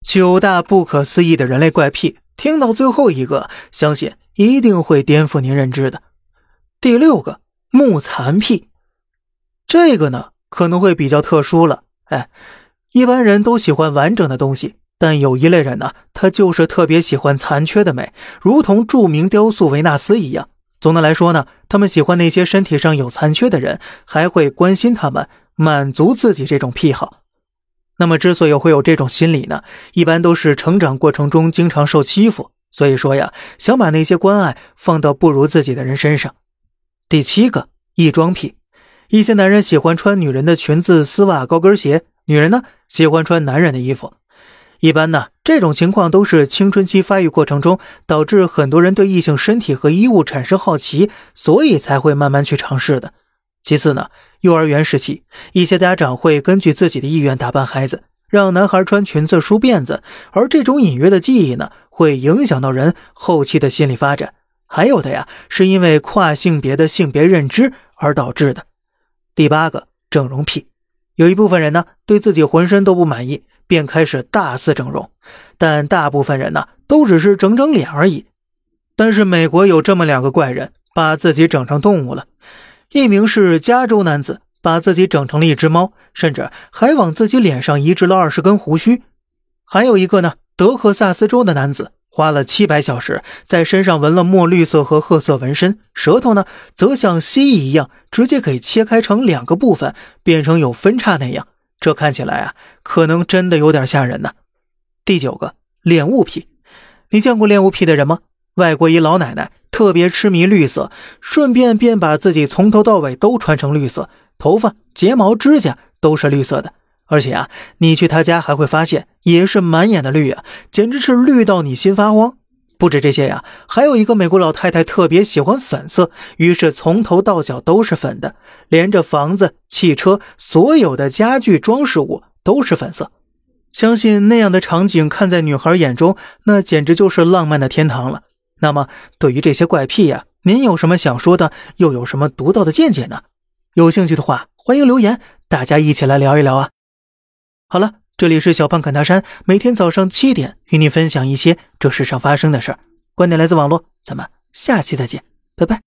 9大不可思议的人类怪癖，听到最后一个，相信一定会颠覆您认知的。第6个，慕残癖。这个呢，可能会比较特殊了。一般人都喜欢完整的东西，但有一类人呢，他就是特别喜欢残缺的美，如同著名雕塑维纳斯一样。总的来说呢，他们喜欢那些身体上有残缺的人，还会关心他们，满足自己这种癖好。那么之所以会有这种心理呢，一般都是成长过程中经常受欺负，所以说呀，想把那些关爱放到不如自己的人身上。第7个，异装癖。一些男人喜欢穿女人的裙子、丝袜、高跟鞋，女人呢喜欢穿男人的衣服。一般呢，这种情况都是青春期发育过程中导致很多人对异性身体和衣物产生好奇，所以才会慢慢去尝试的。其次呢，幼儿园时期，一些家长会根据自己的意愿打扮孩子，让男孩穿裙子、梳辫子，而这种隐约的记忆呢，会影响到人后期的心理发展。还有的呀，是因为跨性别的性别认知而导致的。第8个，整容癖。有一部分人呢，对自己浑身都不满意，便开始大肆整容，但大部分人呢，都只是整整脸而已。但是美国有这么2个怪人，把自己整成动物了。一名是加州男子，把自己整成了一只猫，甚至还往自己脸上移植了20根胡须。还有一个呢，德克萨斯州的男子花了700小时在身上纹了墨绿色和褐色纹身，舌头呢则像蜥蜴一样直接可以切开成2个部分，变成有分叉那样，这看起来啊，可能真的有点吓人呢。第9个，恋物癖。你见过恋物癖的人吗？外国一老奶奶特别痴迷绿色，顺便便把自己从头到尾都穿成绿色，头发、睫毛、指甲都是绿色的。而且啊，你去她家还会发现也是满眼的绿啊，简直是绿到你心发慌。不止这些呀，还有一个美国老太太特别喜欢粉色，于是从头到脚都是粉的，连着房子、汽车，所有的家具装饰物都是粉色。相信那样的场景看在女孩眼中，那简直就是浪漫的天堂了。那么对于这些怪癖呀，您有什么想说的，又有什么独到的见解呢？有兴趣的话，欢迎留言，大家一起来聊一聊啊。好了，这里是小胖侃大山，每天早上7点与你分享一些这世上发生的事儿，观点来自网络，咱们下期再见，拜拜。